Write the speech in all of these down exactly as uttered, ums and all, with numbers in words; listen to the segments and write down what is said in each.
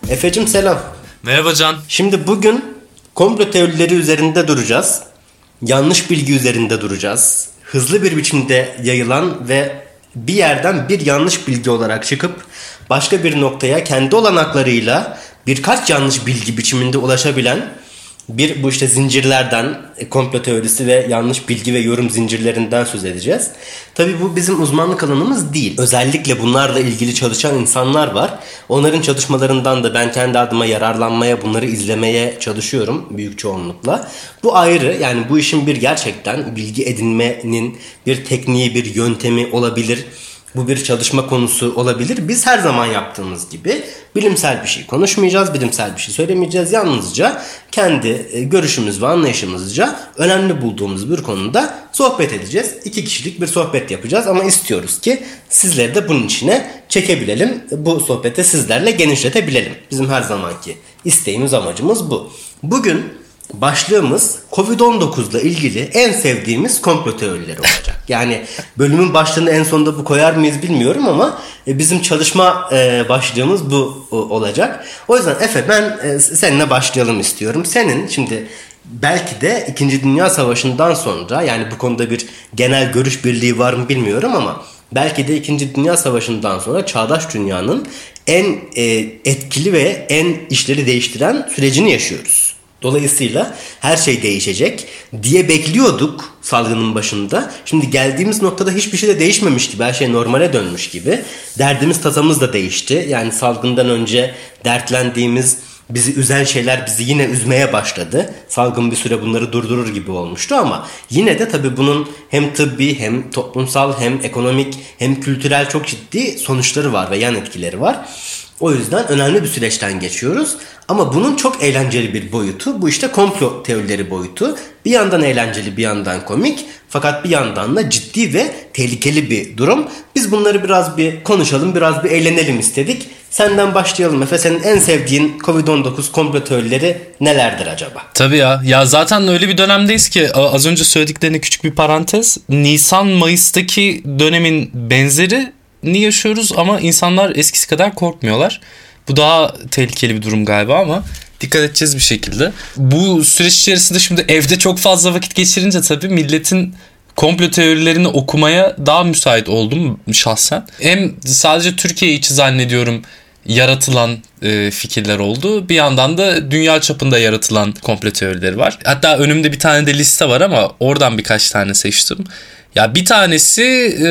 Efe'cim selam. Merhaba Can. Şimdi bugün komplo teorileri üzerinde duracağız. Yanlış bilgi üzerinde duracağız. Hızlı bir biçimde yayılan ve bir yerden bir yanlış bilgi olarak çıkıp başka bir noktaya kendi olanaklarıyla birkaç yanlış bilgi biçiminde ulaşabilen bir bu işte zincirlerden, komplo teorisi ve yanlış bilgi ve yorum zincirlerinden söz edeceğiz. Tabii bu bizim uzmanlık alanımız değil. Özellikle bunlarla ilgili çalışan insanlar var. Onların çalışmalarından da ben kendi adıma yararlanmaya, bunları izlemeye çalışıyorum büyük çoğunlukla. Bu ayrı, yani bu işin bir gerçekten bilgi edinmenin bir tekniği, bir yöntemi olabilir. Bu bir çalışma konusu olabilir. Biz her zaman yaptığımız gibi bilimsel bir şey konuşmayacağız, bilimsel bir şey söylemeyeceğiz. Yalnızca kendi görüşümüz ve anlayışımızca önemli bulduğumuz bir konuda sohbet edeceğiz. İki kişilik bir sohbet yapacağız ama istiyoruz ki sizleri de bunun içine çekebilelim. Bu sohbeti sizlerle genişletebilelim. Bizim her zamanki isteğimiz, amacımız bu. Bugün başlığımız kovid on dokuz ile ilgili en sevdiğimiz komplo teorileri olacak. Yani bölümün başlığını en sonunda bu koyar mıyız bilmiyorum ama bizim çalışma başlığımız bu olacak. O yüzden Efe, ben seninle başlayalım istiyorum. Senin şimdi belki de İkinci Dünya Savaşı'ndan sonra, yani bu konuda bir genel görüş birliği var mı bilmiyorum ama belki de İkinci Dünya Savaşı'ndan sonra çağdaş dünyanın en etkili ve en işleri değiştiren sürecini yaşıyoruz. Dolayısıyla her şey değişecek diye bekliyorduk salgının başında. Şimdi geldiğimiz noktada hiçbir şey de değişmemiş gibi, her şey normale dönmüş gibi. Derdimiz tasamız da değişti. Yani salgından önce dertlendiğimiz, bizi üzen şeyler bizi yine üzmeye başladı. Salgın bir süre bunları durdurur gibi olmuştu ama yine de tabii bunun hem tıbbi hem toplumsal hem ekonomik hem kültürel çok ciddi sonuçları var ve yan etkileri var. O yüzden önemli bir süreçten geçiyoruz. Ama bunun çok eğlenceli bir boyutu, bu işte komplo teorileri boyutu. Bir yandan eğlenceli, bir yandan komik. Fakat bir yandan da ciddi ve tehlikeli bir durum. Biz bunları biraz bir konuşalım, biraz bir eğlenelim istedik. Senden başlayalım Efe. Senin en sevdiğin kovid on dokuz komplo teorileri nelerdir acaba? Tabii ya. Ya zaten öyle bir dönemdeyiz ki az önce söylediklerine küçük bir parantez. Nisan-Mayıs'taki dönemin benzeri ni yaşıyoruz ama insanlar eskisi kadar korkmuyorlar. Bu daha tehlikeli bir durum galiba ama dikkat edeceğiz bir şekilde. Bu süreç içerisinde şimdi evde çok fazla vakit geçirince tabii milletin komplo teorilerini okumaya daha müsait oldum şahsen. Hem sadece Türkiye içi zannediyorum yaratılan e, fikirler oldu. Bir yandan da dünya çapında yaratılan komplo teorileri var. Hatta önümde bir tane de liste var ama oradan birkaç tane seçtim. Ya bir tanesi e,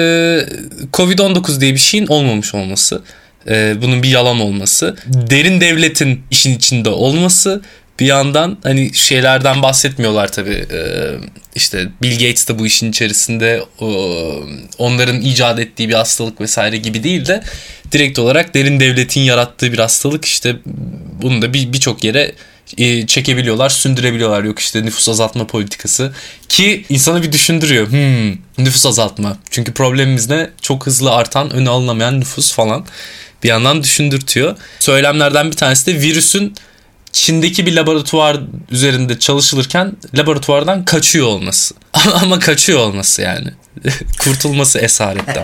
kovid on dokuz diye bir şeyin olmamış olması. E, bunun bir yalan olması. Derin devletin işin içinde olması. Bir yandan hani şeylerden bahsetmiyorlar tabii. E, işte Bill Gates de bu işin içerisinde, e, onların icat ettiği bir hastalık vesaire gibi değil de direkt olarak derin devletin yarattığı bir hastalık. İşte bunu da bir birçok yere çekebiliyorlar, sündürebiliyorlar. Yok işte nüfus azaltma politikası ki insanı bir düşündürüyor. Hmm, nüfus azaltma. Çünkü problemimiz ne? Çok hızlı artan, öne alınamayan nüfus falan. Bir yandan düşündürtüyor. Söylemlerden bir tanesi de virüsün Çin'deki bir laboratuvar üzerinde çalışılırken laboratuvardan kaçıyor olması. Ama kaçıyor olması yani. Kurtulması esaretten.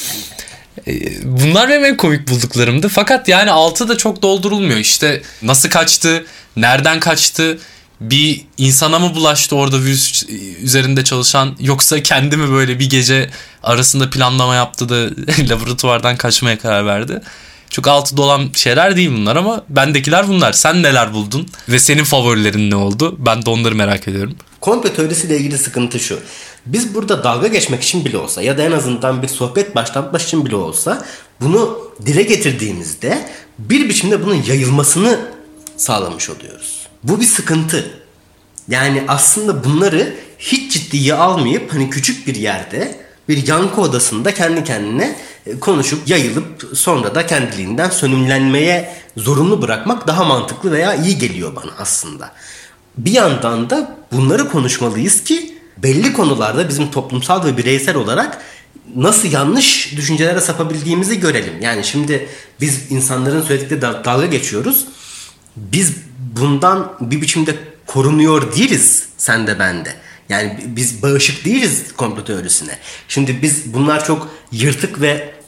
Bunlar benim en komik bulduklarımdı. Fakat yani altı da çok doldurulmuyor. İşte nasıl kaçtı, nereden kaçtı, bir insana mı bulaştı orada virüs üzerinde çalışan, yoksa kendi mi böyle bir gece arasında planlama yaptı da laboratuvardan kaçmaya karar verdi. Çok altı dolan şeyler değil bunlar ama bendekiler bunlar. Sen neler buldun ve senin favorilerin ne oldu? Ben de onları merak ediyorum. Komplo teorisiyle ilgili sıkıntı şu. Biz burada dalga geçmek için bile olsa ya da en azından bir sohbet başlatmak için bile olsa bunu dile getirdiğimizde bir biçimde bunun yayılmasını sağlamış oluyoruz. Bu bir sıkıntı. Yani aslında bunları hiç ciddiye almayıp hani küçük bir yerde, bir yankı odasında kendi kendine konuşup yayılıp sonra da kendiliğinden sönümlenmeye zorunlu bırakmak daha mantıklı veya iyi geliyor bana aslında. Bir yandan da bunları konuşmalıyız ki belli konularda bizim toplumsal ve bireysel olarak nasıl yanlış düşüncelere sapabildiğimizi görelim. Yani şimdi biz insanların söyledikleri dalga geçiyoruz. Biz bundan bir biçimde korunuyor değiliz, sen de ben de. Yani biz bağışık değiliz komplo teorisine. Şimdi biz bunlar çok yırtık ve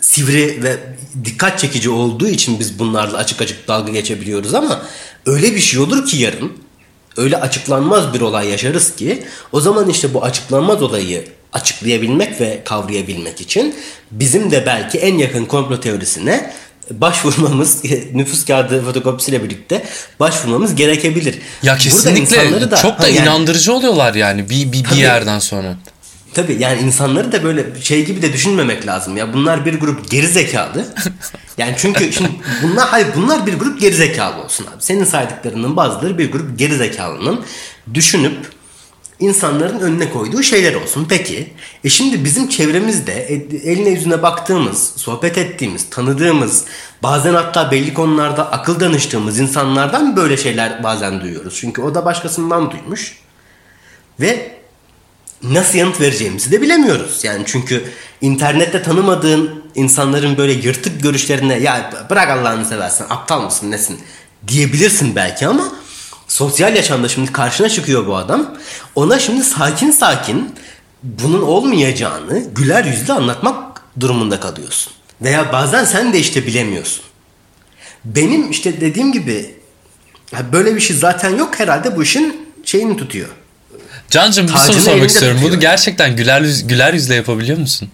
sivri ve dikkat çekici olduğu için biz bunlarla açık açık dalga geçebiliyoruz ama öyle bir şey olur ki yarın, öyle açıklanmaz bir olay yaşarız ki o zaman işte bu açıklanmaz olayı açıklayabilmek ve kavrayabilmek için bizim de belki en yakın komplo teorisine başvurmamız, nüfus kağıdı fotokopisiyle birlikte başvurmamız gerekebilir. Ya kesinlikle da, çok da yani, inandırıcı oluyorlar yani bir, bir, bir yerden sonra. Tabii yani insanları da böyle şey gibi de düşünmemek lazım ya. Bunlar bir grup gerizekalı. Yani çünkü şimdi bunlar hayır bunlar bir grup gerizekalı olsun abi. Senin saydıklarının bazıları bir grup gerizekalının düşünüp insanların önüne koyduğu şeyler olsun. Peki e şimdi bizim çevremizde eline yüzüne baktığımız, sohbet ettiğimiz, tanıdığımız, bazen hatta belli konularda akıl danıştığımız insanlardan böyle şeyler bazen duyuyoruz. Çünkü o da başkasından duymuş. Ve nasıl yanıt vereceğimizi de bilemiyoruz. Yani çünkü internette tanımadığın insanların böyle yırtık görüşlerine ya bırak Allah'ını seversen aptal mısın nesin diyebilirsin belki ama sosyal yaşamda şimdi karşına çıkıyor bu adam. Ona şimdi sakin sakin bunun olmayacağını güler yüzle anlatmak durumunda kalıyorsun. Veya bazen sen de işte bilemiyorsun. Benim işte dediğim gibi böyle bir şey zaten yok herhalde bu işin şeyini tutuyor. Cancığım bir soru sormak istiyorum. Tutuyor. Bunu gerçekten güler, yüz, güler yüzle yapabiliyor musun?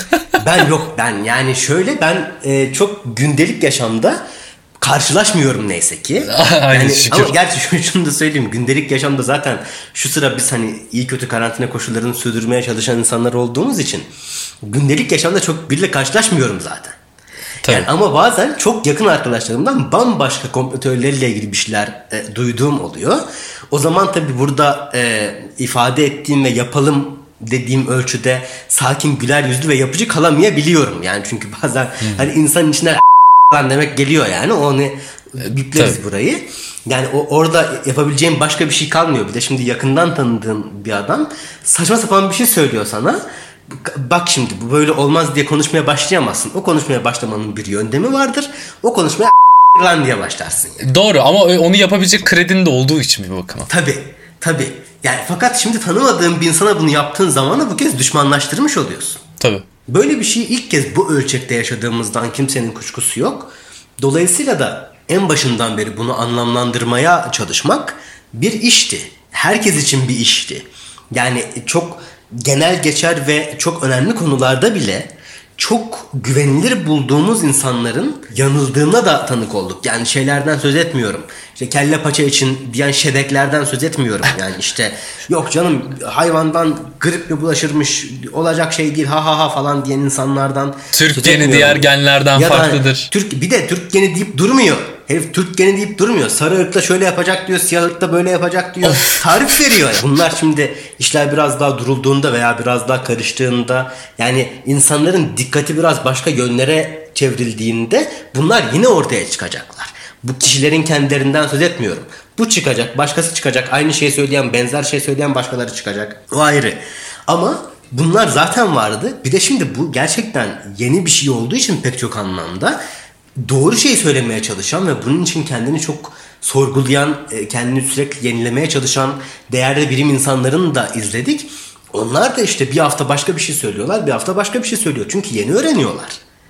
Ben yok ben yani şöyle ben e, çok gündelik yaşamda karşılaşmıyorum neyse ki. Aynı yani, şükür. Ama gerçi şunu da söyleyeyim. Gündelik yaşamda zaten şu sıra biz hani iyi kötü karantina koşullarını sürdürmeye çalışan insanlar olduğumuz için gündelik yaşamda çok biriyle karşılaşmıyorum zaten. Yani ama bazen çok yakın arkadaşlarımdan bambaşka komplo teorileriyle ilgili bir şeyler e, duyduğum oluyor. O zaman tabii burada e, ifade ettiğim ve yapalım dediğim ölçüde sakin, güler yüzlü ve yapıcı kalamayabiliyorum. Yani çünkü bazen hmm. hani insanın içine falan demek geliyor yani. Onu bipleriz tabii. Burayı. Yani o orada yapabileceğim başka bir şey kalmıyor. Bir de şimdi yakından tanıdığın bir adam saçma sapan bir şey söylüyor sana. Bak şimdi bu böyle olmaz diye konuşmaya başlayamazsın. O konuşmaya başlamanın bir yöntemi vardır. O konuşmaya lan diye başlarsın. Yani. Doğru ama onu yapabilecek kredin de olduğu için bir bakıma. Tabii tabii. Yani fakat şimdi tanımadığın bir insana bunu yaptığın zaman da bu kez düşmanlaştırmış oluyorsun. Tabii. Böyle bir şeyi ilk kez bu ölçekte yaşadığımızdan kimsenin kuşkusu yok. Dolayısıyla da en başından beri bunu anlamlandırmaya çalışmak bir işti. Herkes için bir işti. Yani çok genel geçer ve çok önemli konularda bile çok güvenilir bulduğumuz insanların yanıldığına da tanık olduk. Yani şeylerden söz etmiyorum. İşte kelle paça için diyen şebeklerden söz etmiyorum. Yani işte yok canım hayvandan griple bulaşırmış olacak şey değil ha ha ha falan diyen insanlardan Türk geni diğer genlerden ya farklıdır. Türk, bir de Türk geni deyip durmuyor. Herif Türk geni deyip durmuyor. Sarı ırkla şöyle yapacak diyor. Siyah ırkla böyle yapacak diyor. Of. Tarif veriyor. Bunlar şimdi işler biraz daha durulduğunda veya biraz daha karıştığında yani insanların dikkati biraz başka yönlere çevrildiğinde bunlar yine ortaya çıkacaklar. Bu kişilerin kendilerinden söz etmiyorum. Bu çıkacak. Başkası çıkacak. Aynı şeyi söyleyen, benzer şey söyleyen başkaları çıkacak. O ayrı. Ama bunlar zaten vardı. Bir de şimdi bu gerçekten yeni bir şey olduğu için pek çok anlamda doğru şeyi söylemeye çalışan ve bunun için kendini çok sorgulayan, kendini sürekli yenilemeye çalışan değerli bilim insanlarını da izledik. Onlar da işte bir hafta başka bir şey söylüyorlar, bir hafta başka bir şey söylüyor. Çünkü yeni öğreniyorlar.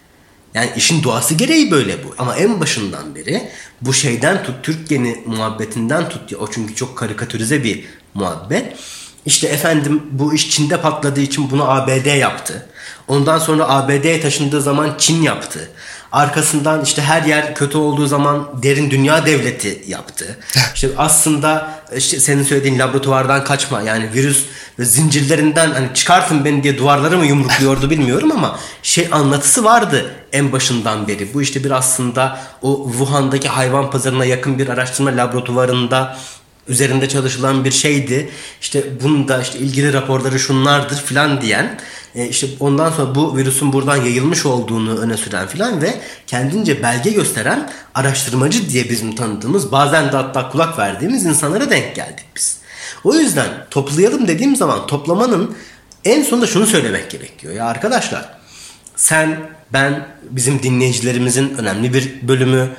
Yani işin doğası gereği böyle bu. Ama en başından beri bu şeyden tut, Türk geni muhabbetinden tut. O çünkü çok karikatürize bir muhabbet. İşte efendim bu iş Çin'de patladığı için bunu A B D yaptı. Ondan sonra A B D'ye taşındığı zaman Çin yaptı. Arkasından işte her yer kötü olduğu zaman derin dünya devleti yaptı. İşte aslında işte senin söylediğin laboratuvardan kaçma yani virüs ve zincirlerinden hani çıkartın beni diye duvarları mı yumrukluyordu bilmiyorum ama şey anlatısı vardı en başından beri. Bu işte bir aslında o Wuhan'daki hayvan pazarına yakın bir araştırma laboratuvarında üzerinde çalışılan bir şeydi. İşte bunun da işte ilgili raporları şunlardır filan diyen e işte ondan sonra bu virüsün buradan yayılmış olduğunu öne süren filan ve kendince belge gösteren araştırmacı diye bizim tanıdığımız bazen de hatta kulak verdiğimiz insanlara denk geldik biz. O yüzden toplayalım dediğim zaman toplamanın en sonunda şunu söylemek gerekiyor. Ya arkadaşlar sen, ben, bizim dinleyicilerimizin önemli bir bölümü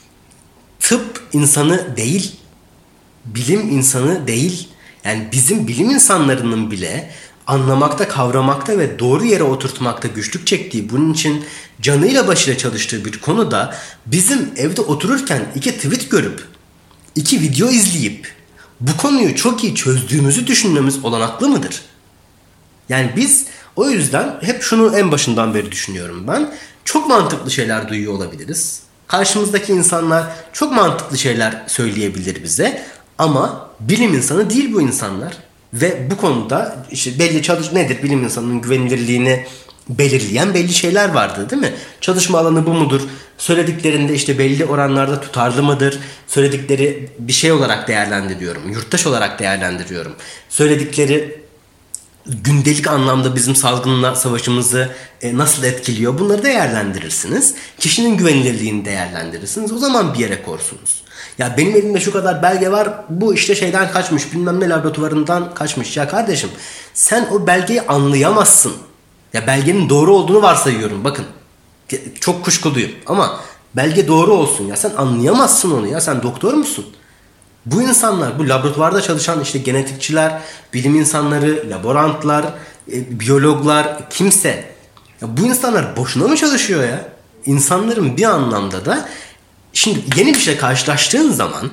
tıp insanı değil, bilim insanı değil. Yani bizim bilim insanlarının bile anlamakta, kavramakta ve doğru yere oturtmakta güçlük çektiği, bunun için canıyla başıyla çalıştığı bir konuda bizim evde otururken iki tweet görüp, iki video izleyip bu konuyu çok iyi çözdüğümüzü düşünmemiz olanaklı mıdır? Yani biz o yüzden hep şunu en başından beri düşünüyorum ben. Çok mantıklı şeyler duyuyor olabiliriz. Karşımızdaki insanlar çok mantıklı şeyler söyleyebilir bize. Ama bilim insanı değil bu insanlar. Ve bu konuda işte belli çalış nedir bilim insanının güvenilirliğini belirleyen belli şeyler vardı, değil mi? Çalışma alanı bu mudur? Söylediklerinde işte belli oranlarda tutarlı mıdır? Söyledikleri bir şey olarak değerlendiriyorum. Yurttaş olarak değerlendiriyorum. Söyledikleri gündelik anlamda bizim salgınla savaşımızı e, nasıl etkiliyor? Bunları değerlendirirsiniz. Kişinin güvenilirliğini değerlendirirsiniz. O zaman bir yere korsunuz. Ya benim elimde şu kadar belge var. Bu işte şeyden kaçmış. Bilmem ne laboratuvarından kaçmış. Ya kardeşim sen o belgeyi anlayamazsın. Ya belgenin doğru olduğunu varsayıyorum. Bakın çok kuşkuluyum. Ama belge doğru olsun. Ya sen anlayamazsın onu ya. Sen doktor musun? Bu insanlar, bu laboratuvarda çalışan işte genetikçiler, bilim insanları, laborantlar, e, biyologlar, kimse. Ya bu insanlar boşuna mı çalışıyor ya? İnsanların bir anlamda da şimdi yeni bir şey karşılaştığın zaman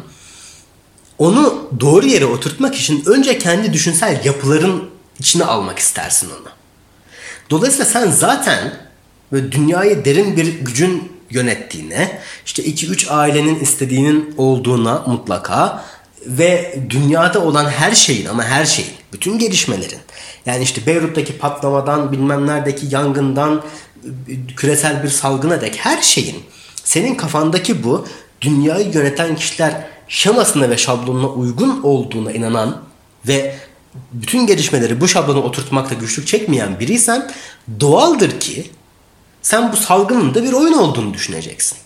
onu doğru yere oturtmak için önce kendi düşünsel yapıların içine almak istersin onu. Dolayısıyla sen zaten böyle dünyayı derin bir gücün yönettiğine, işte iki üç ailenin istediğinin olduğuna mutlaka ve dünyada olan her şeyin ama her şeyin, bütün gelişmelerin, yani işte Beyrut'taki patlamadan bilmem neredeki yangından küresel bir salgına dek her şeyin senin kafandaki bu dünyayı yöneten kişiler şemasına ve şablonuna uygun olduğuna inanan ve bütün gelişmeleri bu şablona oturtmakta güçlük çekmeyen biriysen doğaldır ki sen bu salgının da bir oyun olduğunu düşüneceksin.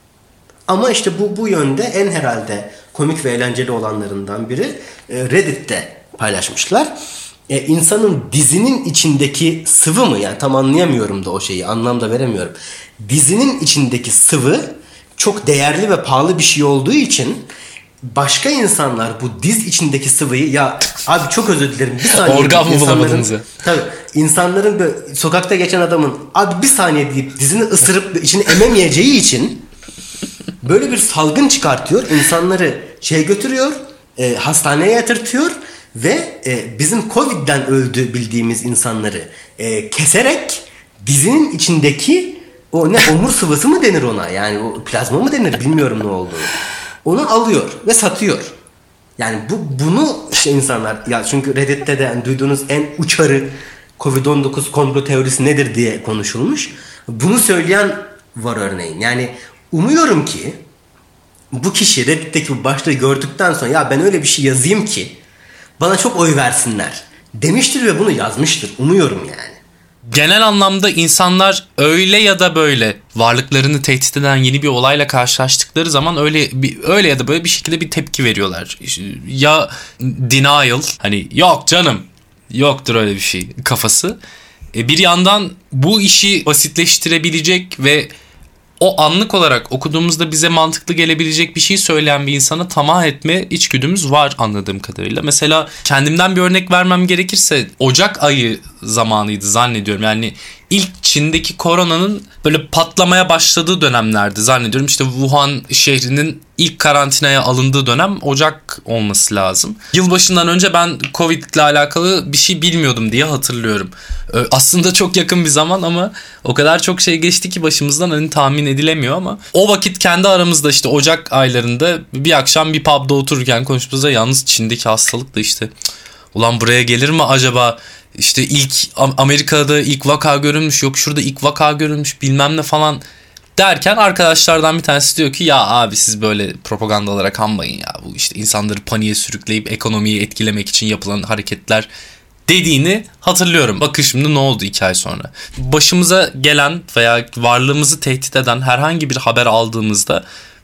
Ama işte bu bu yönde en herhalde komik ve eğlenceli olanlarından biri Reddit'te paylaşmışlar. E, insanın dizinin içindeki sıvı mı? Yani tam anlayamıyorum da o şeyi, anlam da veremiyorum. Dizinin içindeki sıvı çok değerli ve pahalı bir şey olduğu için başka insanlar bu diz içindeki sıvıyı, ya abi çok özür dilerim bir saniye. Organ mı bulamadınız ya? Tabii insanların böyle sokakta geçen adamın abi bir saniye deyip dizini ısırıp içini ememeyeceği için böyle bir salgın çıkartıyor. İnsanları şey götürüyor, e, hastaneye yatırtıyor ve e, bizim Covid'den öldü bildiğimiz insanları e, keserek dizinin içindeki o ne omur sıvısı mı denir ona, yani o plazma mı denir bilmiyorum ne olduğunu. Onu alıyor ve satıyor. Yani bu bunu işte insanlar, ya çünkü Reddit'te de yani duyduğunuz en uçarı kovid on dokuz komplo teorisi nedir diye konuşulmuş. Bunu söyleyen var örneğin. Yani umuyorum ki bu kişi Reddit'teki bu başlığı gördükten sonra ya ben öyle bir şey yazayım ki bana çok oy versinler demiştir ve bunu yazmıştır. Umuyorum yani. Genel anlamda insanlar öyle ya da böyle varlıklarını tehdit eden yeni bir olayla karşılaştıkları zaman öyle bir, öyle ya da böyle bir şekilde bir tepki veriyorlar. Ya denial, hani yok canım yoktur öyle bir şey kafası. Bir yandan bu işi basitleştirebilecek ve o anlık olarak okuduğumuzda bize mantıklı gelebilecek bir şey söyleyen bir insana tamah etme içgüdümüz var anladığım kadarıyla. Mesela kendimden bir örnek vermem gerekirse Ocak ayı zamanıydı zannediyorum. Yani ilk Çin'deki koronanın böyle patlamaya başladığı dönemlerdi zannediyorum. İşte Wuhan şehrinin ilk karantinaya alındığı dönem Ocak olması lazım. Yılbaşından önce ben Covid ile alakalı bir şey bilmiyordum diye hatırlıyorum. Aslında çok yakın bir zaman ama o kadar çok şey geçti ki başımızdan hani tahmin edilemiyor ama o vakit kendi aramızda işte Ocak aylarında bir akşam bir pub'da otururken konuştuğumuzda yalnız Çin'deki hastalık da işte ulan buraya gelir mi acaba? İşte ilk Amerika'da ilk vaka görülmüş, yok şurada ilk vaka görülmüş bilmem ne falan derken arkadaşlardan bir tanesi diyor ki ya abi siz böyle propagandalara kanmayın ya, bu işte insanları paniğe sürükleyip ekonomiyi etkilemek için yapılan hareketler dediğini hatırlıyorum. Bakın şimdi ne oldu iki ay sonra. Başımıza gelen veya varlığımızı tehdit eden herhangi bir haber aldığımızda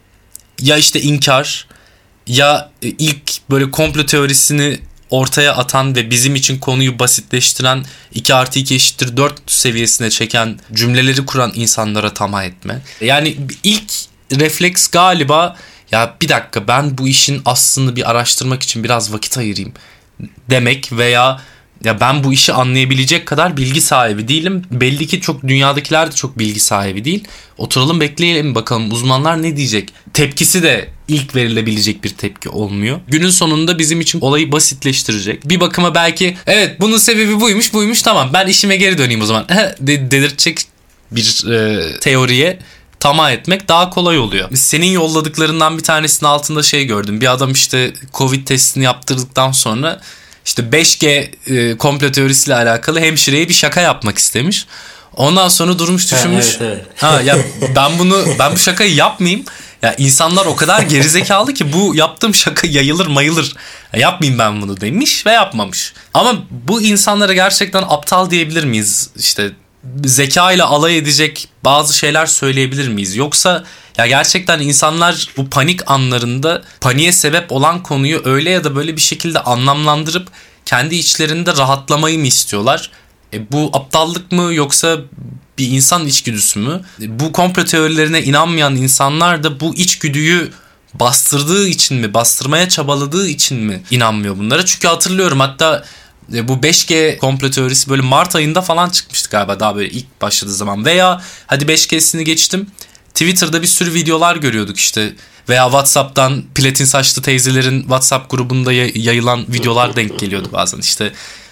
ya işte inkar ya ilk böyle komplo teorisini ortaya atan ve bizim için konuyu basitleştiren iki artı iki eşittir dört seviyesine çeken cümleleri kuran insanlara tamah etme. Yani ilk refleks galiba ya bir dakika ben bu işin aslını bir araştırmak için biraz vakit ayırayım demek veya ya ben bu işi anlayabilecek kadar bilgi sahibi değilim. Belli ki çok dünyadakiler de çok bilgi sahibi değil. Oturalım bekleyelim bakalım uzmanlar ne diyecek. Tepkisi de ilk verilebilecek bir tepki olmuyor. Günün sonunda bizim için olayı basitleştirecek. Bir bakıma belki evet bunun sebebi buymuş buymuş tamam ben işime geri döneyim o zaman de- dedirtecek bir e, teoriye tamah etmek daha kolay oluyor. Senin yolladıklarından bir tanesinin altında şey gördüm. Bir adam işte Covid testini yaptırdıktan sonra işte beş G e, komplo teorisiyle alakalı hemşireye bir şaka yapmak istemiş. Ondan sonra durmuş düşünmüş. Ha, evet, evet. Ha ya ben bunu ben bu şakayı yapmayayım. Ya insanlar o kadar gerizekalı ki bu yaptığım şaka yayılır mayılır. Ya yapmayayım ben bunu demiş ve yapmamış. Ama bu insanlara gerçekten aptal diyebilir miyiz? İşte zeka ile alay edecek bazı şeyler söyleyebilir miyiz? Yoksa ya gerçekten insanlar bu panik anlarında paniğe sebep olan konuyu öyle ya da böyle bir şekilde anlamlandırıp kendi içlerinde rahatlamayı mı istiyorlar? E, bu aptallık mı yoksa bir insan içgüdüsü mü? E, bu komplo teorilerine inanmayan insanlar da bu içgüdüyü bastırdığı için mi, bastırmaya çabaladığı için mi inanmıyor bunlara? Çünkü hatırlıyorum hatta bu beş G komplo teorisi böyle Mart ayında falan çıkmıştı galiba daha böyle ilk başladığı zaman. Veya hadi beş G'sini geçtim. Twitter'da bir sürü videolar görüyorduk işte. Veya WhatsApp'tan platin saçlı teyzelerin WhatsApp grubunda yayılan videolar denk geliyordu bazen. İşte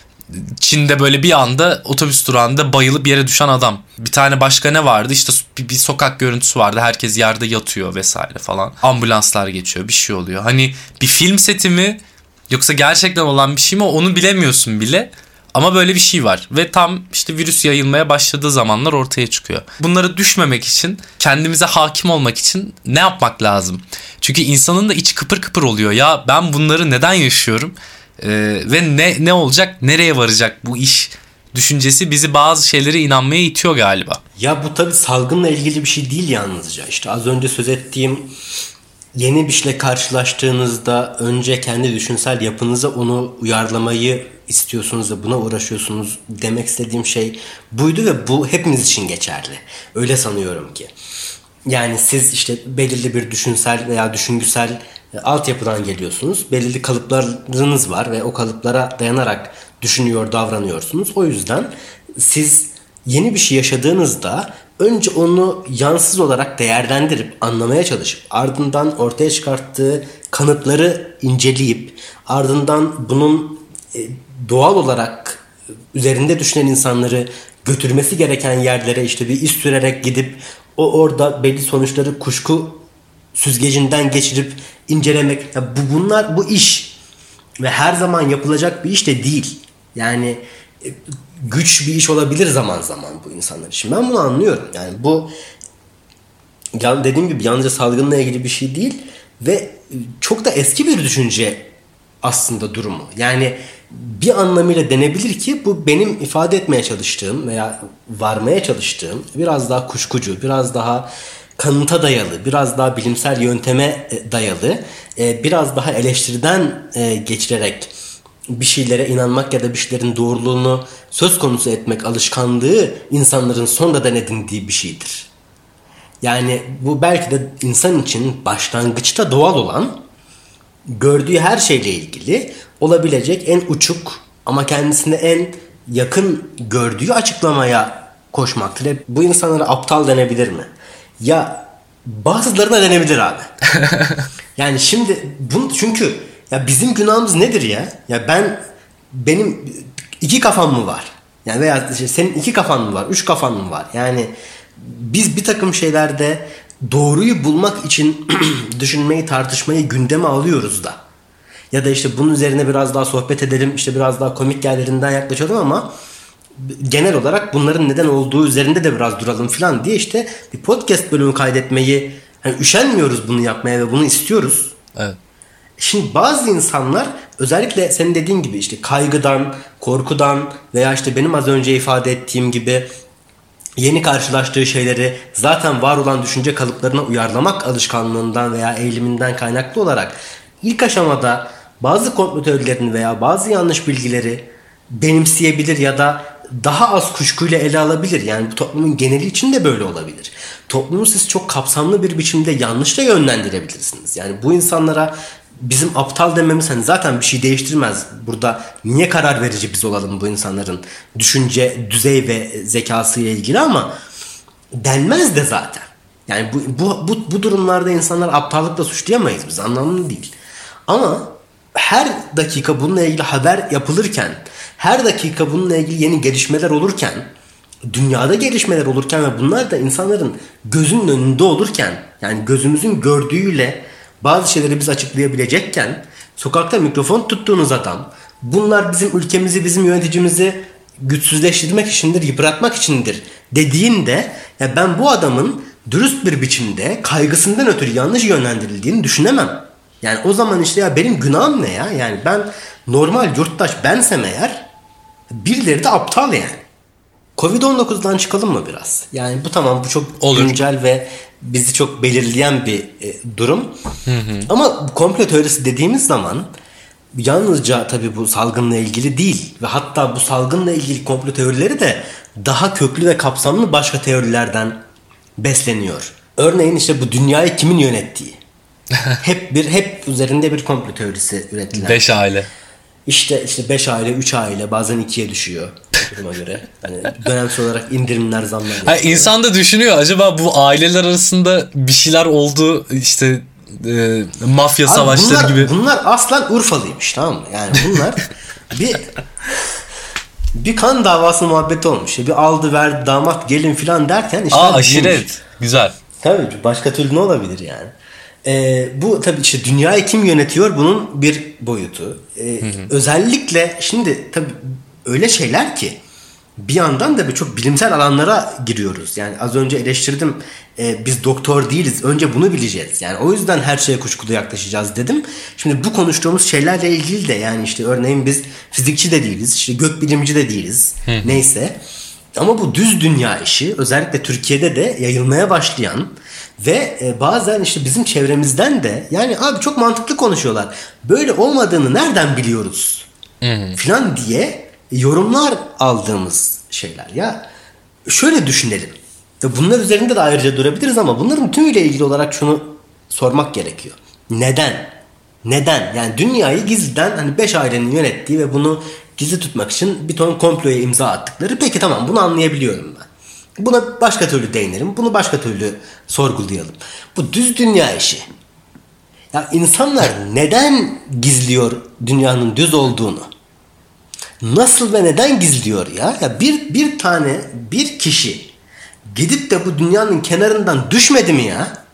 Çin'de böyle bir anda otobüs durağında bayılıp yere düşen adam. Bir tane başka ne vardı? İşte bir, bir sokak görüntüsü vardı. Herkes yerde yatıyor vesaire falan. Ambulanslar geçiyor bir şey oluyor. Hani bir film seti mi yoksa gerçekten olan bir şey mi onu bilemiyorsun bile. Ama böyle bir şey var ve tam işte virüs yayılmaya başladığı zamanlar ortaya çıkıyor. Bunlara düşmemek için, kendimize hakim olmak için ne yapmak lazım? Çünkü insanın da içi kıpır kıpır oluyor. Ya ben bunları neden yaşıyorum? Ee, ve ne ne olacak, nereye varacak bu iş düşüncesi bizi bazı şeylere inanmaya itiyor galiba. Ya bu tabii salgınla ilgili bir şey değil yalnızca. İşte az önce söz ettiğim yeni bir şeyle karşılaştığınızda önce kendi düşünsel yapınıza onu uyarlamayı istiyorsunuz ve buna uğraşıyorsunuz demek istediğim şey buydu ve bu hepimiz için geçerli. Öyle sanıyorum ki. Yani siz işte belirli bir düşünsel veya düşüngüsel altyapıdan geliyorsunuz. Belirli kalıplarınız var ve o kalıplara dayanarak düşünüyor, davranıyorsunuz. O yüzden siz yeni bir şey yaşadığınızda önce onu yansız olarak değerlendirip anlamaya çalışıp ardından ortaya çıkarttığı kanıtları inceleyip ardından bunun doğal olarak üzerinde düşünen insanları götürmesi gereken yerlere işte bir iz sürerek gidip o orada belli sonuçları kuşku süzgecinden geçirip incelemek. Ya bu bunlar bu iş ve her zaman yapılacak bir iş de değil. Yani güç bir iş olabilir zaman zaman bu insanlar için. Ben bunu anlıyorum. Yani bu dediğim gibi yalnızca salgınla ilgili bir şey değil ve çok da eski bir düşünce aslında durumu. Yani bir anlamıyla denebilir ki bu benim ifade etmeye çalıştığım veya varmaya çalıştığım biraz daha kuşkucu, biraz daha kanıta dayalı, biraz daha bilimsel yönteme dayalı, biraz daha eleştiriden geçirerek bir şeylere inanmak ya da bir şeylerin doğruluğunu söz konusu etmek alışkanlığı insanların sonradan edindiği bir şeydir. Yani bu belki de insan için başlangıçta doğal olan, gördüğü her şeyle ilgili olabilecek en uçuk ama kendisine en yakın gördüğü açıklamaya koşmaktır. E bu insanlara aptal denebilir mi? Ya bazılarına denebilir abi. Yani şimdi bunu çünkü ya bizim günahımız nedir ya? Ya ben benim iki kafam mı var? Yani veya işte senin iki kafan mı var? Üç kafan mı var? Yani biz bir takım şeylerde doğruyu bulmak için düşünmeyi, tartışmayı gündeme alıyoruz da. Ya da işte bunun üzerine biraz daha sohbet edelim, işte biraz daha komik yerlerinden yaklaşalım ama genel olarak bunların neden olduğu üzerinde de biraz duralım falan diye işte bir podcast bölümü kaydetmeyi, hani üşenmiyoruz bunu yapmaya ve bunu istiyoruz. Evet. Şimdi bazı insanlar özellikle senin dediğin gibi işte kaygıdan, korkudan veya işte benim az önce ifade ettiğim gibi yeni karşılaştığı şeyleri zaten var olan düşünce kalıplarına uyarlamak alışkanlığından veya eğiliminden kaynaklı olarak ilk aşamada bazı komplo teorilerini veya bazı yanlış bilgileri benimseyebilir ya da daha az kuşkuyla ele alabilir. Yani bu toplumun geneli için de böyle olabilir. Toplumu siz çok kapsamlı bir biçimde yanlışla yönlendirebilirsiniz. Yani bu insanlara bizim aptal dememiz hani zaten bir şey değiştirmez. Burada niye karar verici biz olalım bu insanların düşünce düzey ve zekasıyla ilgili, ama denmez de zaten. Yani bu, bu, bu, bu durumlarda insanlar aptallıkla suçlayamayız biz, anlamlı değil. Ama her dakika bununla ilgili haber yapılırken, her dakika bununla ilgili yeni gelişmeler olurken, dünyada gelişmeler olurken ve bunlar da insanların gözünün önünde olurken, yani gözümüzün gördüğüyle bazı şeyleri biz açıklayabilecekken, sokakta mikrofon tuttuğunuz adam bunlar bizim ülkemizi, bizim yöneticimizi güçsüzleştirmek içindir, yıpratmak içindir dediğinde, ya ben bu adamın dürüst bir biçimde kaygısından ötürü yanlış yönlendirildiğini düşünemem. Yani o zaman işte ya benim günahım ne ya? Yani ben normal yurttaş bensem eğer, birileri de aptal yani. covid on dokuzdan çıkalım mı biraz? Yani bu tamam, bu çok olur, güncel ve bizi çok belirleyen bir e, durum. Hı hı. Ama komplo teorisi dediğimiz zaman yalnızca tabii bu salgınla ilgili değil ve hatta bu salgınla ilgili komplo teorileri de daha köklü ve kapsamlı başka teorilerden besleniyor. Örneğin işte bu dünyayı kimin yönettiği. hep bir hep üzerinde bir komplo teorisi üretilen. Beş aile. İşte işte beş aile, üç aile, bazen ikiye düşüyor duruma göre. Hani dönemsel olarak indirimler, zamlar. Ha, insan da düşünüyor, acaba bu aileler arasında bir şeyler oldu, işte e, mafya Abi savaşları bunlar, gibi. Bunlar aslan Urfalıymış, tamam mı? Yani bunlar bir bir kan davası muhabbeti olmuş. Bir aldı verdi damat gelin filan derken işte. Aa, aşiret. Güzel. Tabii başka türlü ne olabilir yani? Ee, bu tabii işte dünyayı kim yönetiyor, bunun bir boyutu. Ee, hı hı. Özellikle şimdi tabii öyle şeyler ki bir yandan da bir çok bilimsel alanlara giriyoruz. Yani az önce eleştirdim, e, biz doktor değiliz, önce bunu bileceğiz. Yani o yüzden her şeye kuşkulu yaklaşacağız dedim. Şimdi bu konuştuğumuz şeylerle ilgili de yani işte örneğin biz fizikçi de değiliz, işte gökbilimci de değiliz, hı hı. neyse. Ama bu düz dünya işi özellikle Türkiye'de de yayılmaya başlayan ve e, bazen işte bizim çevremizden de yani abi çok mantıklı konuşuyorlar, böyle olmadığını nereden biliyoruz filan diye yorumlar aldığımız şeyler. Ya şöyle düşünelim, bunlar üzerinde de ayrıca durabiliriz ama bunların tümüyle ilgili olarak şunu sormak gerekiyor. Neden? Neden? Yani dünyayı gizliden hani beş ailenin yönettiği ve bunu gizli tutmak için bir ton komploya imza attıkları, peki tamam, bunu anlayabiliyorum ben. Buna başka türlü değinelim. Bunu başka türlü sorgulayalım. Bu düz dünya işi. Ya insanlar neden gizliyor dünyanın düz olduğunu? Nasıl ve neden gizliyor ya? Ya bir bir tane bir kişi gidip de bu dünyanın kenarından düşmedi mi ya?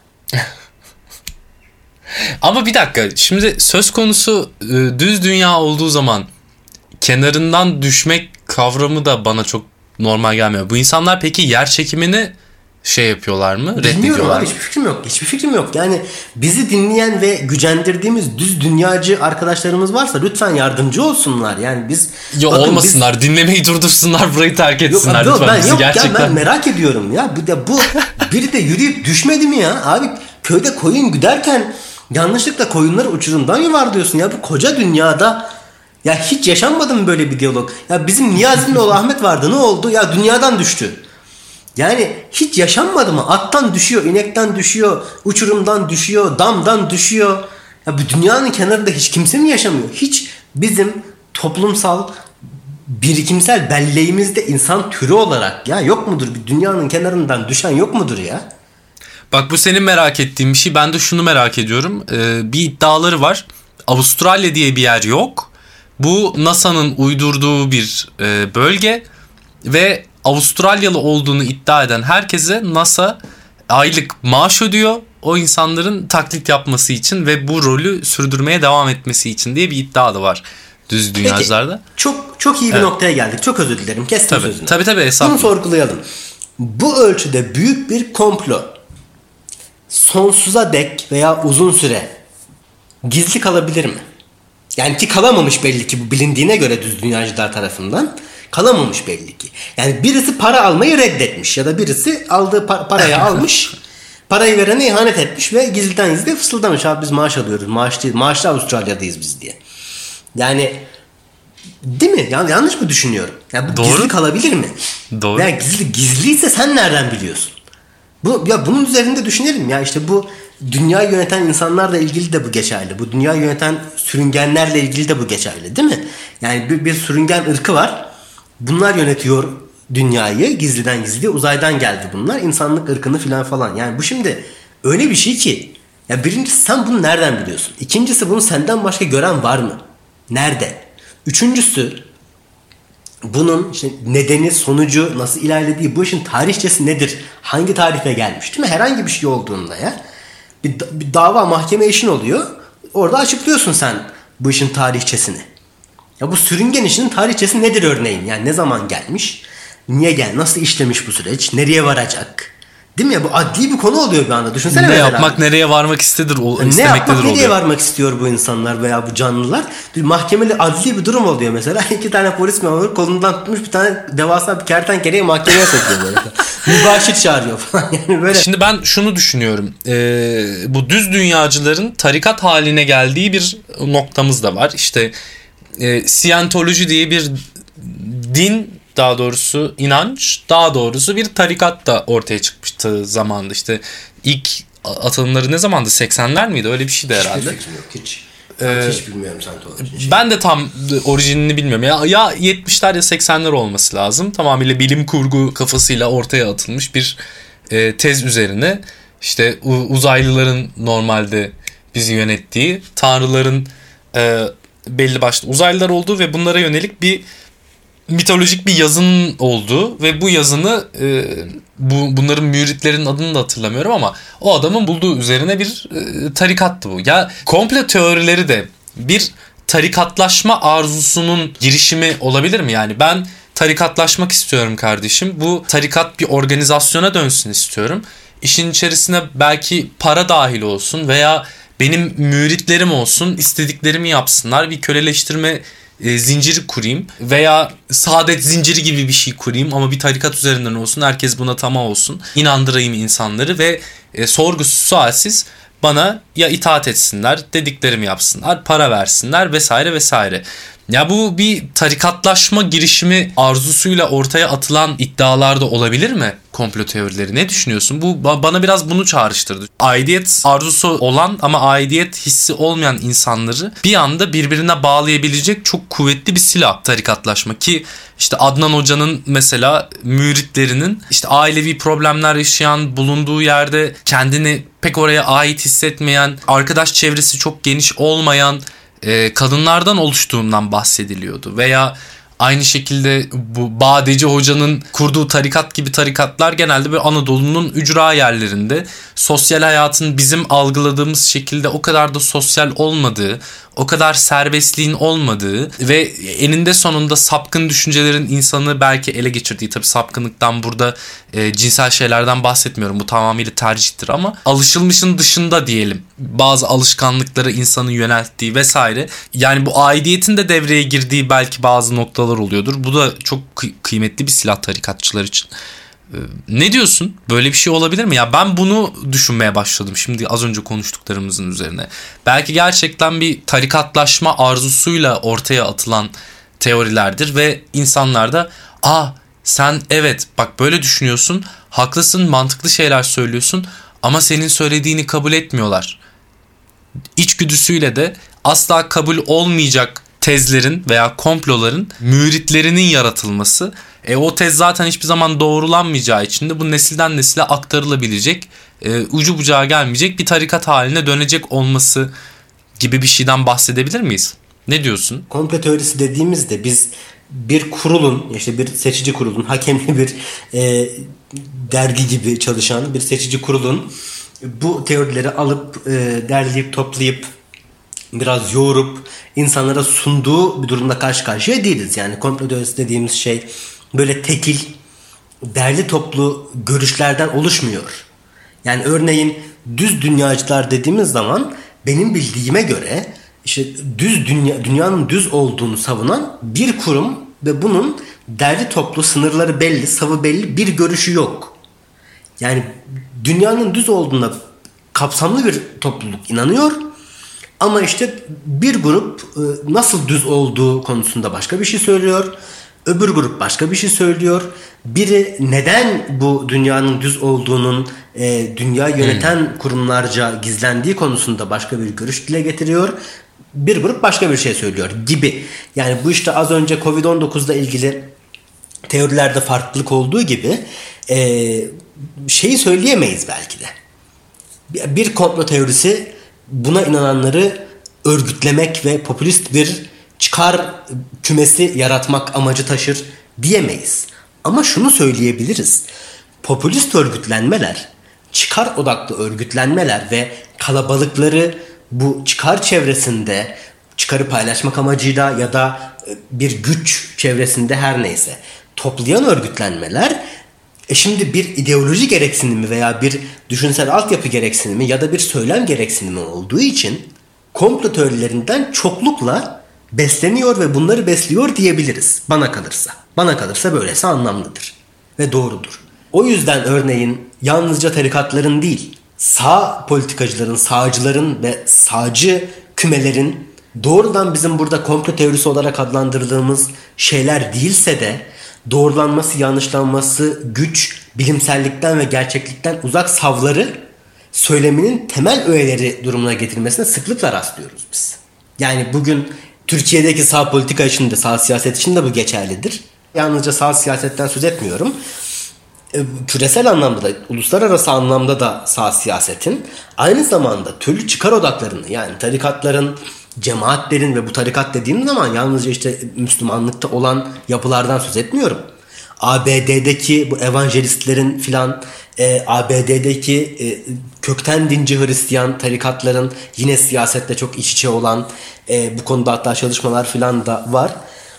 Ama bir dakika. Şimdi söz konusu e, düz dünya olduğu zaman kenarından düşmek kavramı da bana çok normal gelmiyor. Bu insanlar peki yer çekimini şey yapıyorlar mı? Reddediyorlar mı? Hiçbir fikrim yok. Hiçbir fikrim yok. Yani bizi dinleyen ve gücendirdiğimiz düz dünyacı arkadaşlarımız varsa lütfen yardımcı olsunlar. Yani biz ya bakın, olmasınlar, biz... dinlemeyi durdursunlar, burayı terk etsinler yok, lütfen ben, bizi yok, gerçekten. Ya ben merak ediyorum ya. Bu da bu biri de yürüyüp düşmedi mi ya? Abi köyde koyun güderken yanlışlıkla koyunları uçurumdan yuvarlıyorsun ya. Bu koca dünyada ya hiç yaşanmadı mı böyle bir diyalog? Ya bizim Niyazi'nin oğlu Ahmet vardı, ne oldu? Ya dünyadan düştü. Yani hiç yaşanmadı mı? Attan düşüyor, inekten düşüyor, uçurumdan düşüyor, damdan düşüyor. Ya bu dünyanın kenarında hiç kimse mi yaşamıyor? Hiç bizim toplumsal birikimsel belleğimizde insan türü olarak ya yok mudur? Bir dünyanın kenarından düşen yok mudur ya? Bak bu senin merak ettiğin bir şey. Ben de şunu merak ediyorum. Ee, bir iddiaları var. Avustralya diye bir yer yok. Bu NASA'nın uydurduğu bir e, bölge ve Avustralyalı olduğunu iddia eden herkese NASA aylık maaş ödüyor. O insanların taklit yapması için ve bu rolü sürdürmeye devam etmesi için diye bir iddia da var düz dünyacılarda. Peki, çok çok iyi bir evet. noktaya geldik. Çok özür dilerim. Kestim tabii, sözünü. Tabii tabii. Bunu sorgulayalım. Bu ölçüde büyük bir komplo sonsuza dek veya uzun süre gizli kalabilir mi? Yani ki kalamamış belli ki, bu bilindiğine göre düz dünyacılar tarafından kalamamış belli ki. Yani birisi para almayı reddetmiş ya da birisi aldığı par- parayı almış, parayı verene ihanet etmiş ve gizliden gizliye fısıldamış. Abi biz maaş alıyoruz, maaş değil, maaşlı Avustralya'dayız biz diye. Yani değil mi? Yani yanlış mı düşünüyorum? Yani bu doğru. Gizli kalabilir mi? Doğru. Yani gizli, gizliyse sen nereden biliyorsun? Bu, ya bunun üzerinde düşünelim ya, işte bu dünyayı yöneten insanlarla ilgili de bu geçerli. Bu dünyayı yöneten sürüngenlerle ilgili de bu geçerli, değil mi? Yani bir, bir sürüngen ırkı var. Bunlar yönetiyor dünyayı, gizliden gizliye uzaydan geldi bunlar. İnsanlık ırkını filan falan. Yani bu şimdi öyle bir şey ki, ya birincisi sen bunu nereden biliyorsun? İkincisi bunu senden başka gören var mı? Nerede? Üçüncüsü bunun işte nedeni, sonucu, nasıl ilerlediği, bu işin tarihçesi nedir? Hangi tarihte gelmiş, değil mi? Herhangi bir şey olduğunda ya bir, bir dava, mahkeme işin oluyor. Orada açıklıyorsun sen bu işin tarihçesini. Ya bu sürüngen işinin tarihçesi nedir örneğin? Yani ne zaman gelmiş? Niye gel? Nasıl işlemiş bu süreç? Nereye varacak? Değil mi ya? Bu adli bir konu oluyor bir anda. Düşünsene ne mesela. yapmak, nereye varmak istedir, o, ne istemektedir yapmak, oluyor. nereye varmak istiyor bu insanlar veya bu canlılar? Bir mahkemeli adli bir durum oluyor mesela. İki tane polis memuru kolundan tutmuş bir tane devasa bir kertenkeleyi mahkemeye sokuyor böyle. Mübaşir çağırıyor falan. Yani böyle. Şimdi ben şunu düşünüyorum. Ee, bu düz dünyacıların tarikat haline geldiği bir noktamız da var. İşte e, Scientology diye bir din, daha doğrusu inanç, daha doğrusu bir tarikat da ortaya çıkmıştı zamanında. İşte ilk atılımları ne zamandı? seksenler miydi? Öyle bir şeydi herhalde. Hiçbir fikrim yok, hiç. Ee, hiç bilmiyorum Scientology'yi. Ben de tam orijinini bilmiyorum. Ya, ya yetmişler ya seksenler olması lazım. Tamamıyla bilim kurgu kafasıyla ortaya atılmış bir e, tez üzerine. İşte uzaylıların normalde bizi yönettiği, tanrıların e, belli başlı uzaylılar olduğu ve bunlara yönelik bir mitolojik bir yazının olduğu ve bu yazını e, bu bunların müritlerinin adını da hatırlamıyorum ama o adamın bulduğu üzerine bir e, tarikattı bu. Ya komplo teorileri de bir tarikatlaşma arzusunun girişimi olabilir mi? Yani ben tarikatlaşmak istiyorum kardeşim. Bu tarikat bir organizasyona dönsün istiyorum. İşin içerisine belki para dahil olsun veya benim müritlerim olsun, istediklerimi yapsınlar. Bir köleleştirme E, zinciri kurayım veya saadet zinciri gibi bir şey kurayım ama bir tarikat üzerinden olsun, herkes buna tamam olsun, inandırayım insanları ve e, sorgusuz sualsiz bana ya itaat etsinler, dediklerimi yapsınlar, para versinler vesaire vesaire. Ya bu bir tarikatlaşma girişimi arzusuyla ortaya atılan iddialar da olabilir mi? Komplo teorileri. Ne düşünüyorsun? Bu bana biraz bunu çağrıştırdı. Aidiyet arzusu olan ama aidiyet hissi olmayan insanları bir anda birbirine bağlayabilecek çok kuvvetli bir silah tarikatlaşma. Ki işte Adnan Hoca'nın mesela müritlerinin işte ailevi problemler yaşayan, bulunduğu yerde kendini pek oraya ait hissetmeyen, arkadaş çevresi çok geniş olmayan e, kadınlardan oluştuğundan bahsediliyordu. Veya aynı şekilde bu Badeci Hoca'nın kurduğu tarikat gibi tarikatlar genelde bir Anadolu'nun ücra yerlerinde, sosyal hayatın bizim algıladığımız şekilde o kadar da sosyal olmadığı, o kadar serbestliğin olmadığı ve eninde sonunda sapkın düşüncelerin insanı belki ele geçirdiği, tabii sapkınlıktan burada e, cinsel şeylerden bahsetmiyorum, bu tamamıyla tercihtir ama alışılmışın dışında diyelim bazı alışkanlıkları insanı yönelttiği vesaire, yani bu aidiyetin de devreye girdiği belki bazı noktalar oluyordur. Bu da çok kı- kıymetli bir silah tarikatçılar için. Ne diyorsun? Böyle bir şey olabilir mi? Ya ben bunu düşünmeye başladım şimdi az önce konuştuklarımızın üzerine. Belki gerçekten bir tarikatlaşma arzusuyla ortaya atılan teorilerdir ve insanlar da aa sen evet bak böyle düşünüyorsun, haklısın, mantıklı şeyler söylüyorsun ama senin söylediğini kabul etmiyorlar. İçgüdüsüyle de asla kabul olmayacak tezlerin veya komploların müritlerinin yaratılması. E o tez zaten hiçbir zaman doğrulanmayacağı için de bu nesilden nesile aktarılabilecek, e, ucu bucağı gelmeyecek bir tarikat haline dönecek olması gibi bir şeyden bahsedebilir miyiz? Ne diyorsun? Komplo teorisi dediğimizde biz bir kurulun, işte bir seçici kurulun, hakemli bir e, dergi gibi çalışan bir seçici kurulun bu teorileri alıp e, derleyip toplayıp biraz yoğurup insanlara sunduğu bir durumda karşı karşıya değiliz. Yani komplo teorisi dediğimiz şey böyle tekil, derli toplu görüşlerden oluşmuyor. Yani örneğin düz dünyacılar dediğimiz zaman benim bildiğime göre işte düz dünya, dünyanın düz olduğunu savunan bir kurum ve bunun derli toplu, sınırları belli, savı belli bir görüşü yok. Yani dünyanın düz olduğuna kapsamlı bir topluluk inanıyor. Ama işte bir grup nasıl düz olduğu konusunda başka bir şey söylüyor. Öbür grup başka bir şey söylüyor. Biri neden bu dünyanın düz olduğunun e, dünya yöneten hmm. kurumlarca gizlendiği konusunda başka bir görüş dile getiriyor. Bir grup başka bir şey söylüyor gibi. Yani bu işte az önce kovid on dokuzla ilgili teorilerde farklılık olduğu gibi e, şeyi söyleyemeyiz belki de. Bir, bir komplo teorisi buna inananları örgütlemek ve popülist bir çıkar kümesi yaratmak amacı taşır diyemeyiz. Ama şunu söyleyebiliriz. Popülist örgütlenmeler, çıkar odaklı örgütlenmeler ve kalabalıkları bu çıkar çevresinde çıkarı paylaşmak amacıyla ya da bir güç çevresinde her neyse toplayan örgütlenmeler e şimdi bir ideoloji gereksinimi veya bir düşünsel altyapı gereksinimi ya da bir söylem gereksinimi olduğu için komplo teorilerinden çoklukla besleniyor ve bunları besliyor diyebiliriz bana kalırsa. Bana kalırsa böylesi anlamlıdır ve doğrudur. O yüzden örneğin yalnızca tarikatların değil, sağ politikacıların, sağcıların ve sağcı kümelerin doğrudan bizim burada komplo teorisi olarak adlandırdığımız şeyler değilse de doğrulanması, yanlışlanması, güç, bilimsellikten ve gerçeklikten uzak savları söyleminin temel öğeleri durumuna getirmesine sıklıkla rastlıyoruz biz. Yani bugün Türkiye'deki sağ politika için de sağ siyaset için de bu geçerlidir. Yalnızca sağ siyasetten söz etmiyorum. Küresel anlamda da, uluslararası anlamda da sağ siyasetin aynı zamanda türlü çıkar odaklarını, yani tarikatların, cemaatlerin ve bu tarikat dediğim zaman yalnızca işte Müslümanlıkta olan yapılardan söz etmiyorum. A B D'deki bu evangelistlerin filan, e, A B D'deki e, kökten dinci Hristiyan tarikatların yine siyasetle çok iç içe olan, e, bu konuda hatta çalışmalar filan da var.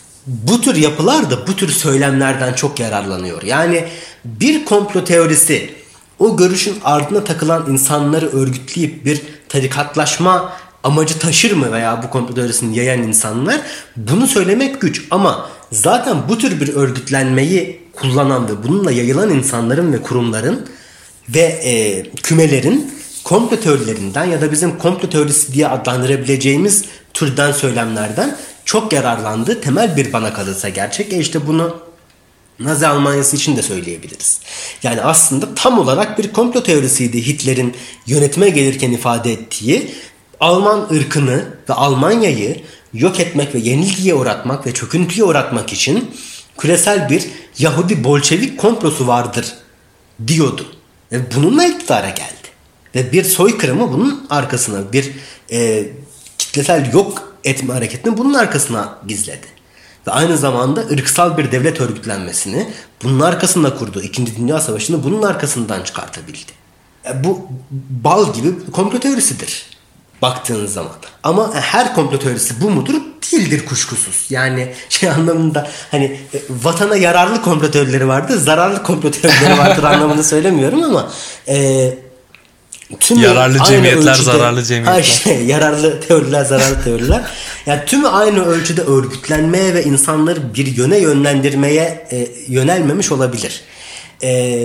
Bu tür yapılar da bu tür söylemlerden çok yararlanıyor. Yani bir komplo teorisi o görüşün ardına takılan insanları örgütleyip bir tarikatlaşma amacı taşır mı veya bu komplo teorisini yayan insanlar, bunu söylemek güç. Ama zaten bu tür bir örgütlenmeyi kullanan ve bununla yayılan insanların ve kurumların ve e, kümelerin komplo teorilerinden ya da bizim komplo teorisi diye adlandırabileceğimiz türden söylemlerden çok yararlandığı temel bir bana kalırsa gerçek. E işte bunu Nazi Almanyası için de söyleyebiliriz. Yani aslında tam olarak bir komplo teorisiydi Hitler'in yönetime gelirken ifade ettiği, Alman ırkını ve Almanya'yı yok etmek ve yenilgiye uğratmak ve çöküntüye uğratmak için küresel bir Yahudi Bolşevik komplosu vardır diyordu. Ve bununla iktidara geldi. Ve bir soykırımı bunun arkasına, bir e, kitlesel yok etme hareketini bunun arkasına gizledi. Ve aynı zamanda ırksal bir devlet örgütlenmesini bunun arkasında kurdu. İkinci Dünya Savaşı'nı bunun arkasından çıkartabildi. E, bu bal gibi komplo teorisidir baktığınız zaman. Ama her komplo teorisi bu mudur? Değildir kuşkusuz. Yani şey anlamında hani e, vatana yararlı komplo teorileri vardır, zararlı komplo teorileri vardır anlamında söylemiyorum ama e, tümü yararlı cemiyetler, ölçüde, zararlı cemiyetler. Ha işte, yararlı teoriler, zararlı teoriler. Yani tümü aynı ölçüde örgütlenmeye ve insanları bir yöne yönlendirmeye e, yönelmemiş olabilir. E,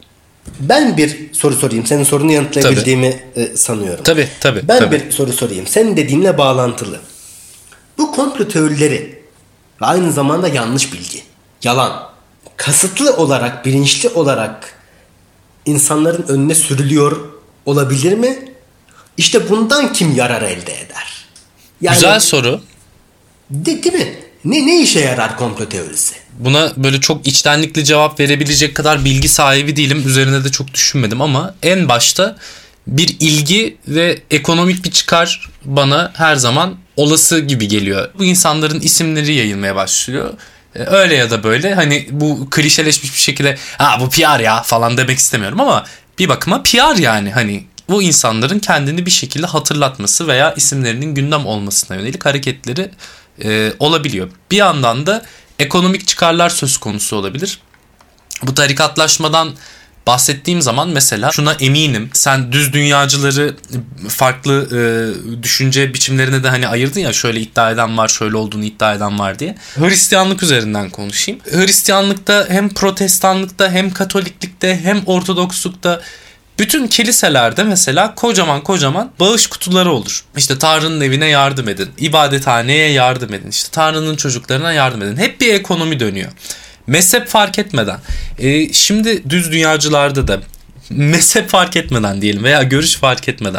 ben bir soru sorayım. Senin sorunu yanıtlayabildiğimi e, sanıyorum. Tabii, tabii. Ben tabii. bir soru sorayım. Senin dediğinle bağlantılı. Bu komplo teorileri ve aynı zamanda yanlış bilgi, yalan, kasıtlı olarak, bilinçli olarak insanların önüne sürülüyor olabilir mi? İşte bundan kim yarar elde eder? Yani, güzel soru. De, değil mi? Ne, ne işe yarar komplo teorisi? Buna böyle çok içtenlikli cevap verebilecek kadar bilgi sahibi değilim. Üzerine de çok düşünmedim ama en başta bir ilgi ve ekonomik bir çıkar bana her zaman olası gibi geliyor. Bu insanların isimleri yayılmaya başlıyor. Öyle ya da böyle, hani bu klişeleşmiş bir şekilde ha bu P R ya falan demek istemiyorum ama bir bakıma P R yani, hani bu insanların kendini bir şekilde hatırlatması veya isimlerinin gündem olmasına yönelik hareketleri e, olabiliyor. Bir yandan da ekonomik çıkarlar söz konusu olabilir. Bu tarikatlaşmadan bahsettiğim zaman mesela şuna eminim, sen düz dünyacıları farklı e, düşünce biçimlerine de hani ayırdın ya, şöyle iddia eden var, şöyle olduğunu iddia eden var diye. Hristiyanlık üzerinden konuşayım. Hristiyanlıkta hem Protestanlıkta hem Katoliklikte hem Ortodokslukta Bütün kiliselerde mesela kocaman kocaman bağış kutuları olur. İşte Tanrı'nın evine yardım edin, ibadethaneye yardım edin, işte Tanrı'nın çocuklarına yardım edin. Hep bir ekonomi dönüyor. Mezhep fark etmeden. E, şimdi düz dünyacılarda da mezhep fark etmeden diyelim veya görüş fark etmeden.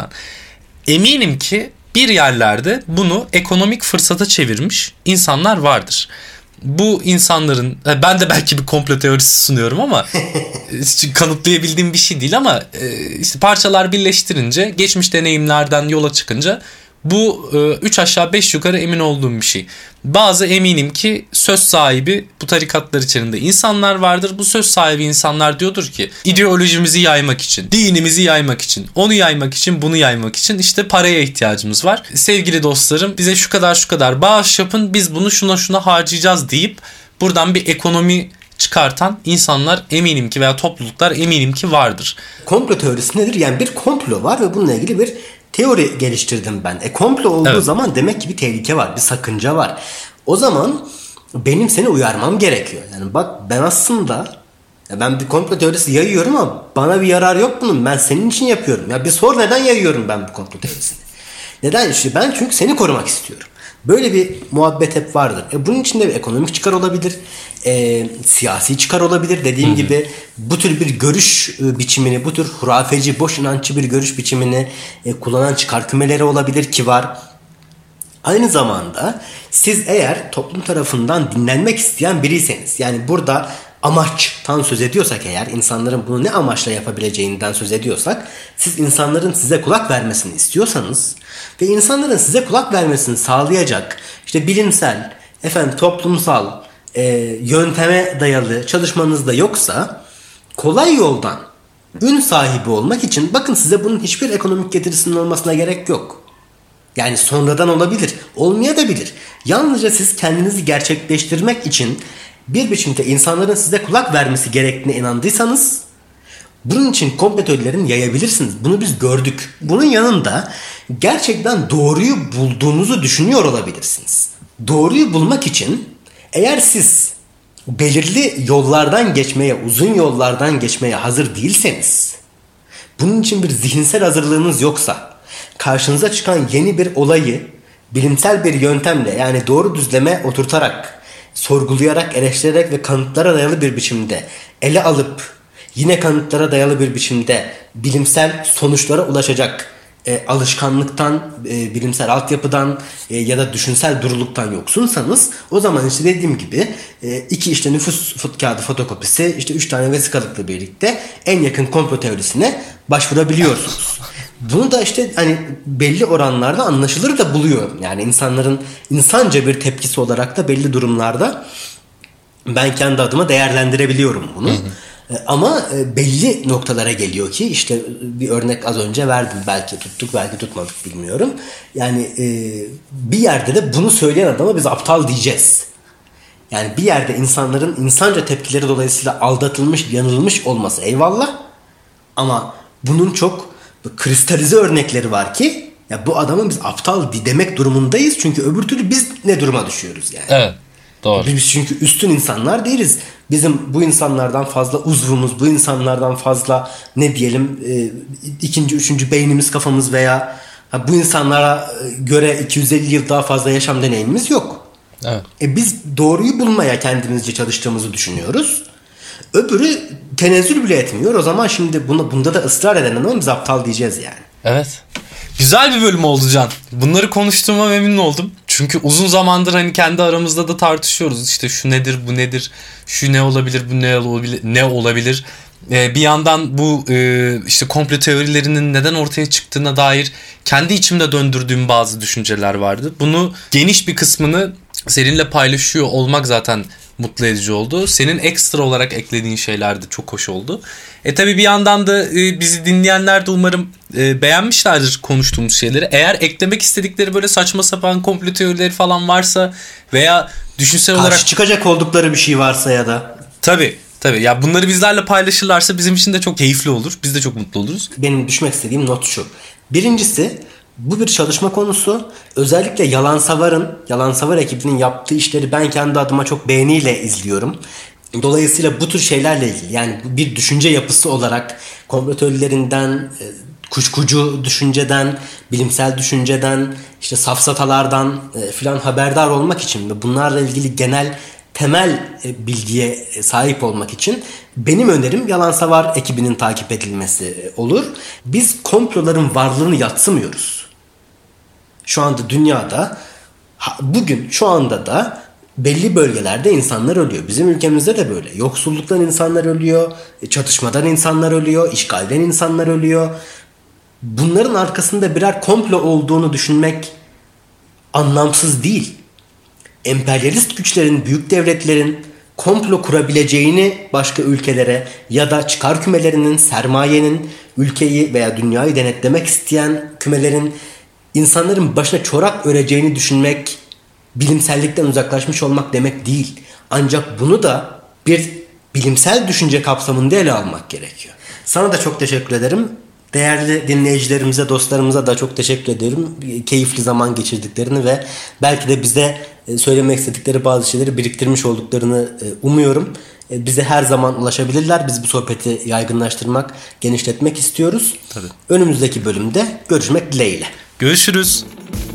Eminim ki bir yerlerde bunu ekonomik fırsata çevirmiş insanlar vardır. Bu insanların, ben de belki bir komplo teorisi sunuyorum ama kanıtlayabildiğim bir şey değil ama işte parçalar birleştirince, geçmiş deneyimlerden yola çıkınca bu üç aşağı beş yukarı emin olduğum bir şey. Bazı eminim ki söz sahibi bu tarikatlar içerisinde insanlar vardır. Bu söz sahibi insanlar diyordur ki ideolojimizi yaymak için, dinimizi yaymak için, onu yaymak için, bunu yaymak için işte paraya ihtiyacımız var. Sevgili dostlarım, bize şu kadar şu kadar bağış yapın, biz bunu şuna şuna harcayacağız deyip buradan bir ekonomi çıkartan insanlar eminim ki veya topluluklar eminim ki vardır. Komplo teorisi nedir? Yani bir komplo var ve bununla ilgili bir teori geliştirdim ben. E komplo olduğu evet. zaman demek ki bir tehlike var, bir sakınca var. O zaman benim seni uyarmam gerekiyor. Yani bak ben aslında ben bir komplo teorisi yayıyorum ama bana bir yarar yok bunun. Ben senin için yapıyorum. Ya bir sor neden yayıyorum ben bu komplo teorisini? Neden? İşte ben çünkü seni korumak istiyorum. Böyle bir muhabbet hep vardır. E bunun içinde bir ekonomik çıkar olabilir, e, siyasi çıkar olabilir. Dediğim Hı-hı. gibi bu tür bir görüş e, biçimini, bu tür hurafeci, boş inanççı bir görüş biçimini e, kullanan çıkar kümeleri olabilir ki var. Aynı zamanda siz eğer toplum tarafından dinlenmek isteyen biriyseniz, yani burada amaçtan söz ediyorsak eğer, insanların bunu ne amaçla yapabileceğinden söz ediyorsak, siz insanların size kulak vermesini istiyorsanız ve insanların size kulak vermesini sağlayacak işte bilimsel, efendim toplumsal e, yönteme dayalı çalışmanız da yoksa, kolay yoldan ün sahibi olmak için bakın size bunun hiçbir ekonomik getirisinin olmasına gerek yok. Yani sonradan olabilir, olmayabilir. Yalnızca siz kendinizi gerçekleştirmek için bir biçimde insanların size kulak vermesi gerektiğine inandıysanız bunun için komplo teorilerini yayabilirsiniz. Bunu biz gördük. Bunun yanında gerçekten doğruyu bulduğunuzu düşünüyor olabilirsiniz. Doğruyu bulmak için eğer siz belirli yollardan geçmeye, uzun yollardan geçmeye hazır değilseniz, bunun için bir zihinsel hazırlığınız yoksa, karşınıza çıkan yeni bir olayı bilimsel bir yöntemle, yani doğru düzleme oturtarak, sorgulayarak, eleştirerek ve kanıtlara dayalı bir biçimde ele alıp yine kanıtlara dayalı bir biçimde bilimsel sonuçlara ulaşacak e, alışkanlıktan, e, bilimsel altyapıdan e, ya da düşünsel duruluktan yoksunsanız, o zaman işte dediğim gibi e, iki işte nüfus fut kağıdı fotokopisi, işte üç tane vesikalıkla birlikte en yakın komplo teorisine başvurabiliyorsunuz. Bunu da işte hani belli oranlarda anlaşılır da buluyor. Yani insanların insanca bir tepkisi olarak da belli durumlarda ben kendi adıma değerlendirebiliyorum bunu. Hı hı. Ama belli noktalara geliyor ki işte bir örnek az önce verdim. Belki tuttuk, belki tutmadık, bilmiyorum. Yani bir yerde de bunu söyleyen adama biz aptal diyeceğiz. Yani bir yerde insanların insanca tepkileri dolayısıyla aldatılmış, yanılmış olması eyvallah. Ama bunun çok kristalize örnekleri var ki ya bu adamın biz aptal demek durumundayız. Çünkü öbür türlü biz ne duruma düşüyoruz yani. Evet. Doğru. Biz çünkü üstün insanlar değiliz. Bizim bu insanlardan fazla uzvumuz, bu insanlardan fazla ne diyelim e, ikinci, üçüncü beynimiz, kafamız veya ha, bu insanlara göre iki yüz elli yıl daha fazla yaşam deneyimimiz yok. Evet. E, biz doğruyu bulmaya kendimizce çalıştığımızı düşünüyoruz. Öbürü tenezzül bile etmiyor. O zaman şimdi buna, bunda da ısrar eden ama biz aptal diyeceğiz yani. Evet. Güzel bir bölüm oldu Can. Bunları konuştuğuma memnun oldum. Çünkü uzun zamandır hani kendi aramızda da tartışıyoruz. İşte şu nedir, bu nedir, şu ne olabilir, bu ne olabilir, ne olabilir. Ee, bir yandan bu e, işte komplo teorilerinin neden ortaya çıktığına dair kendi içimde döndürdüğüm bazı düşünceler vardı. Bunu geniş bir kısmını seninle paylaşıyor olmak zaten mutlu edici oldu. Senin ekstra olarak eklediğin şeyler de çok hoş oldu. E tabi bir yandan da e, bizi dinleyenler de umarım e, beğenmişlerdir konuştuğumuz şeyleri. Eğer eklemek istedikleri böyle saçma sapan komplo teorileri falan varsa veya düşünsel Karşı olarak çıkacak oldukları bir şey varsa ya da tabi tabi ya bunları bizlerle paylaşırlarsa bizim için de çok keyifli olur. Biz de çok mutlu oluruz. Benim düşmek istediğim not şu. Birincisi, bu bir çalışma konusu. Özellikle Yalansavar'ın, Yalansavar ekibinin yaptığı işleri ben kendi adıma çok beğeniyle izliyorum. Dolayısıyla bu tür şeylerle ilgili, yani bir düşünce yapısı olarak komplo teorilerinden, kuşkucu düşünceden, bilimsel düşünceden, işte safsatalardan filan haberdar olmak için ve bunlarla ilgili genel temel bilgiye sahip olmak için benim önerim Yalansavar ekibinin takip edilmesi olur. Biz komploların varlığını yadsımıyoruz. Şu anda dünyada, bugün şu anda da belli bölgelerde insanlar ölüyor. Bizim ülkemizde de böyle. Yoksulluktan insanlar ölüyor, çatışmadan insanlar ölüyor, işgalden insanlar ölüyor. Bunların arkasında birer komplo olduğunu düşünmek anlamsız değil. Emperyalist güçlerin, büyük devletlerin komplo kurabileceğini başka ülkelere ya da çıkar kümelerinin, sermayenin ülkeyi veya dünyayı denetlemek isteyen kümelerin insanların başına çorak öreceğini düşünmek bilimsellikten uzaklaşmış olmak demek değil. Ancak bunu da bir bilimsel düşünce kapsamında ele almak gerekiyor. Sana da çok teşekkür ederim. Değerli dinleyicilerimize, dostlarımıza da çok teşekkür ederim. Keyifli zaman geçirdiklerini ve belki de bize söylemek istedikleri bazı şeyleri biriktirmiş olduklarını umuyorum. Bize her zaman ulaşabilirler. Biz bu sohbeti yaygınlaştırmak, genişletmek istiyoruz. Tabii. Önümüzdeki bölümde görüşmek dileğiyle. Görüşürüz.